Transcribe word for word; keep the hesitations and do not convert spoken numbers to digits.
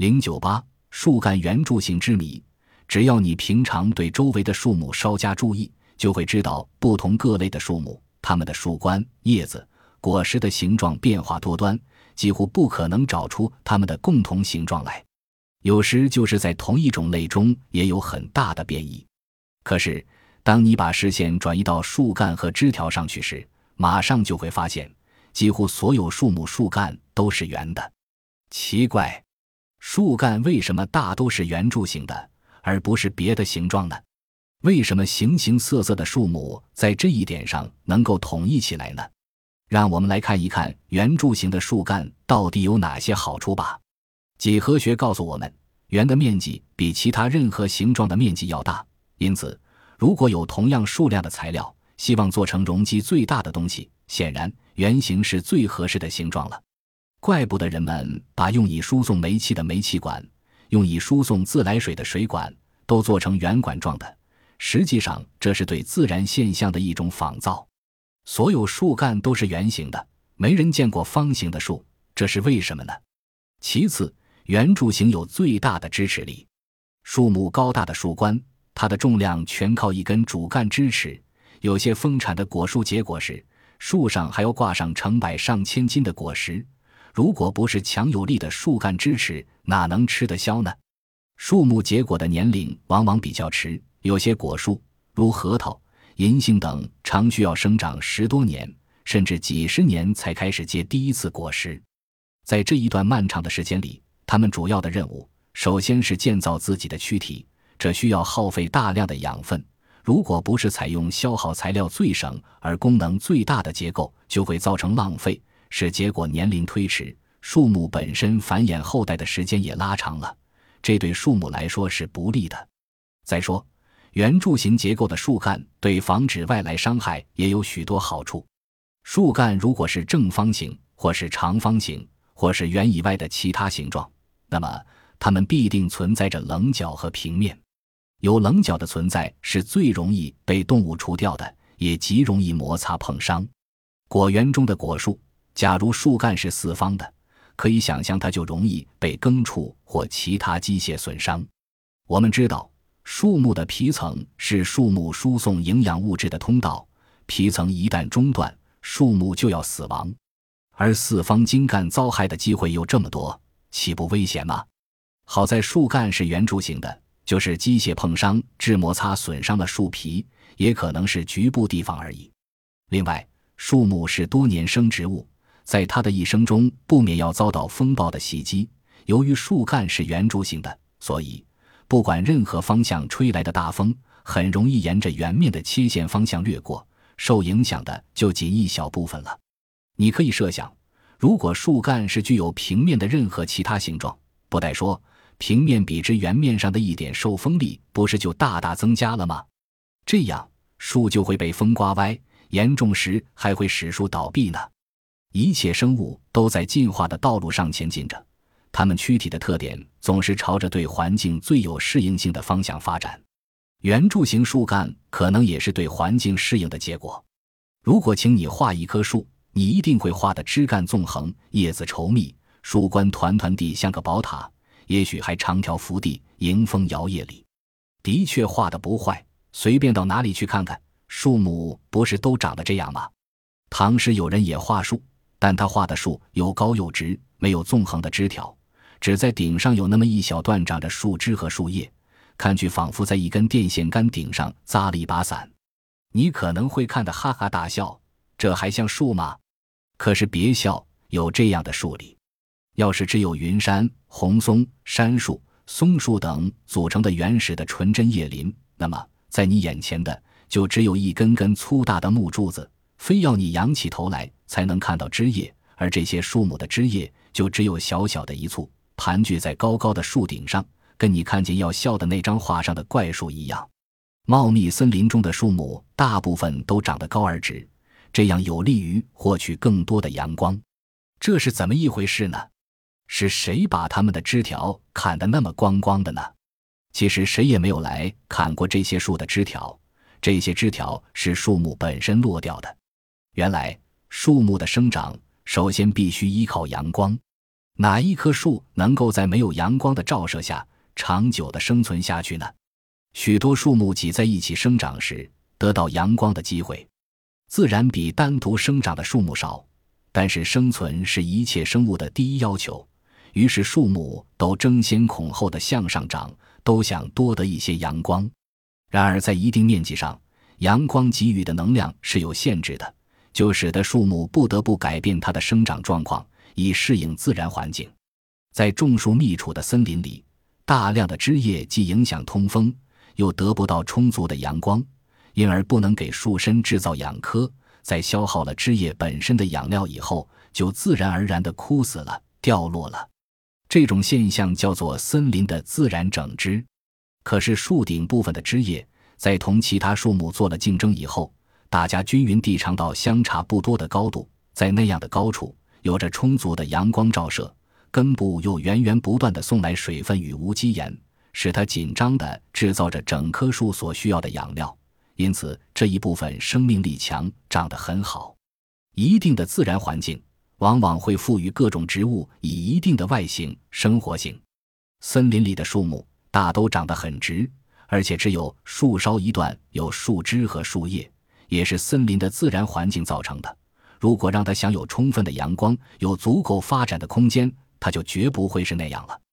零九八树干圆柱形之谜。只要你平常对周围的树木稍加注意，就会知道不同各类的树木，它们的树冠、叶子、果实的形状变化多端，几乎不可能找出它们的共同形状来。有时就是在同一种类中也有很大的变异。可是当你把视线转移到树干和枝条上去时，马上就会发现几乎所有树木树干都是圆的。奇怪，树干为什么大都是圆柱形的，而不是别的形状呢？为什么形形色色的树木在这一点上能够统一起来呢？让我们来看一看圆柱形的树干到底有哪些好处吧。几何学告诉我们，圆的面积比其他任何形状的面积要大，因此如果有同样数量的材料，希望做成容积最大的东西，显然圆形是最合适的形状了。怪不得人们把用以输送煤气的煤气管，用以输送自来水的水管都做成圆管状的，实际上这是对自然现象的一种仿造。所有树干都是圆形的，没人见过方形的树，这是为什么呢？其次，圆柱形有最大的支持力。树木高大的树冠，它的重量全靠一根主干支持。有些丰产的果树结果时，树上还要挂上成百上千斤的果实，如果不是强有力的树干支持，哪能吃得消呢？树木结果的年龄往往比较迟，有些果树如核桃、银杏等常需要生长十多年甚至几十年才开始结第一次果实。在这一段漫长的时间里，它们主要的任务首先是建造自己的躯体，这需要耗费大量的养分，如果不是采用消耗材料最省而功能最大的结构，就会造成浪费，使结果年龄推迟，树木本身繁衍后代的时间也拉长了，这对树木来说是不利的。再说，圆柱形结构的树干对防止外来伤害也有许多好处。树干如果是正方形，或是长方形，或是圆以外的其他形状，那么它们必定存在着棱角和平面。有棱角的存在是最容易被动物除掉的，也极容易摩擦碰伤。果园中的果树，假如树干是四方的，可以想象它就容易被耕畜或其他机械损伤。我们知道，树木的皮层是树木输送营养物质的通道，皮层一旦中断，树木就要死亡。而四方茎干遭害的机会又这么多，岂不危险吗？好在树干是圆柱形的，就是机械碰伤致摩擦损伤了树皮，也可能是局部地方而已。另外，树木是多年生植物，在它的一生中不免要遭到风暴的袭击。由于树干是圆柱形的，所以不管任何方向吹来的大风，很容易沿着圆面的切线方向掠过，受影响的就仅一小部分了。你可以设想，如果树干是具有平面的任何其他形状，不待说，平面比之圆面上的一点受风力不是就大大增加了吗？这样树就会被风刮歪，严重时还会使树倒闭呢。一切生物都在进化的道路上前进着，它们躯体的特点总是朝着对环境最有适应性的方向发展。圆柱形树干可能也是对环境适应的结果。如果请你画一棵树，你一定会画的枝干纵横，叶子稠密，树冠团团地像个宝塔，也许还长条伏地，迎风摇曳里。的确画得不坏，随便到哪里去看看，树木不是都长得这样吗？唐时有人也画树，但他画的树又高又直，没有纵横的枝条，只在顶上有那么一小段长着树枝和树叶，看去仿佛在一根电线杆顶上扎了一把伞。你可能会看得哈哈大笑，这还像树吗？可是别笑，有这样的树里，要是只有云杉、红松、杉树、松树等组成的原始的纯真叶林，那么在你眼前的就只有一根根粗大的木柱子，非要你仰起头来才能看到枝叶，而这些树木的枝叶就只有小小的一簇，盘踞在高高的树顶上，跟你看见要笑的那张画上的怪树一样。茂密森林中的树木大部分都长得高而直，这样有利于获取更多的阳光。这是怎么一回事呢？是谁把它们的枝条砍得那么光光的呢？其实谁也没有来砍过这些树的枝条，这些枝条是树木本身落掉的。原来树木的生长首先必须依靠阳光， 哪一棵树能够在没有阳光的照射下长久地生存下去呢？许多树木挤在一起生长时，得到阳光的机会，自然比单独生长的树木少，但是生存是一切生物的第一要求，于是树木都争先恐后地向上长，都想多得一些阳光。然而在一定面积上，阳光给予的能量是有限制的，就使得树木不得不改变它的生长状况，以适应自然环境。在种树密处的森林里，大量的枝叶既影响通风，又得不到充足的阳光，因而不能给树身制造养棵，在消耗了枝叶本身的养料以后，就自然而然地枯死了，掉落了。这种现象叫做森林的自然整枝。可是树顶部分的枝叶在同其他树木做了竞争以后，大家均匀地长到相差不多的高度，在那样的高处有着充足的阳光照射，根部又源源不断地送来水分与无机盐，使它紧张地制造着整棵树所需要的养料，因此这一部分生命力强，长得很好。一定的自然环境往往会赋予各种植物以一定的外形、生活性。森林里的树木大都长得很直，而且只有树梢一段有树枝和树叶，也是森林的自然环境造成的。如果让它享有充分的阳光，有足够发展的空间，它就绝不会是那样了。